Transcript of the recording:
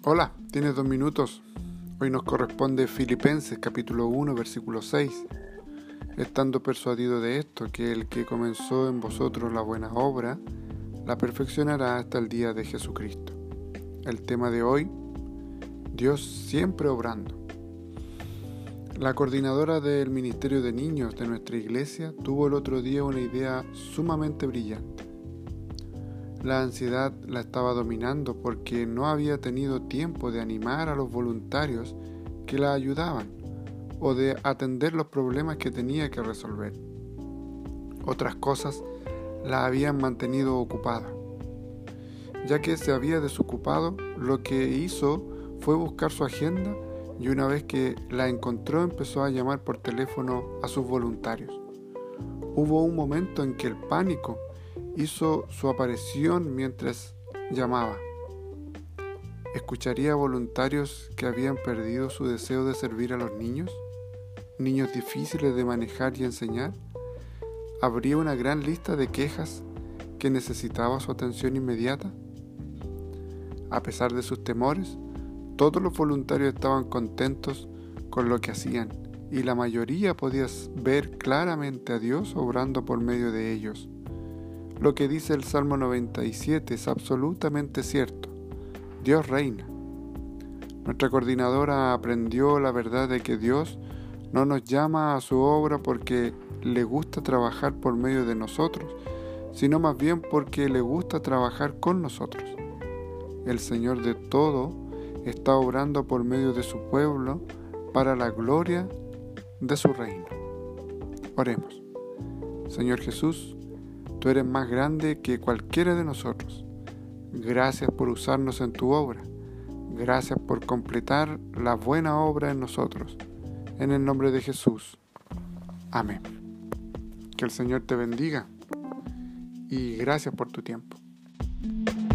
Hola, tienes 2 minutos. Hoy nos corresponde Filipenses capítulo 1, versículo 6. Estando persuadido de esto, que el que comenzó en vosotros la buena obra, la perfeccionará hasta el día de Jesucristo. El tema de hoy, Dios siempre obrando. La coordinadora del Ministerio de Niños de nuestra iglesia tuvo el otro día una idea sumamente brillante. La ansiedad la estaba dominando porque no había tenido tiempo de animar a los voluntarios que la ayudaban o de atender los problemas que tenía que resolver. Otras cosas la habían mantenido ocupada. Ya que se había desocupado, lo que hizo fue buscar su agenda y una vez que la encontró empezó a llamar por teléfono a sus voluntarios. Hubo un momento en que el pánico hizo su aparición mientras llamaba. ¿Escucharía a voluntarios que habían perdido su deseo de servir a los niños? ¿Niños difíciles de manejar y enseñar? ¿Habría una gran lista de quejas que necesitaba su atención inmediata? A pesar de sus temores, todos los voluntarios estaban contentos con lo que hacían y la mayoría podía ver claramente a Dios obrando por medio de ellos. Lo que dice el Salmo 97 es absolutamente cierto. Dios reina. Nuestra coordinadora aprendió la verdad de que Dios no nos llama a su obra porque le gusta trabajar por medio de nosotros, sino más bien porque le gusta trabajar con nosotros. El Señor de todo está obrando por medio de su pueblo para la gloria de su reino. Oremos. Señor Jesús, Tú eres más grande que cualquiera de nosotros. Gracias por usarnos en tu obra. Gracias por completar la buena obra en nosotros. En el nombre de Jesús. Amén. Que el Señor te bendiga y gracias por tu tiempo.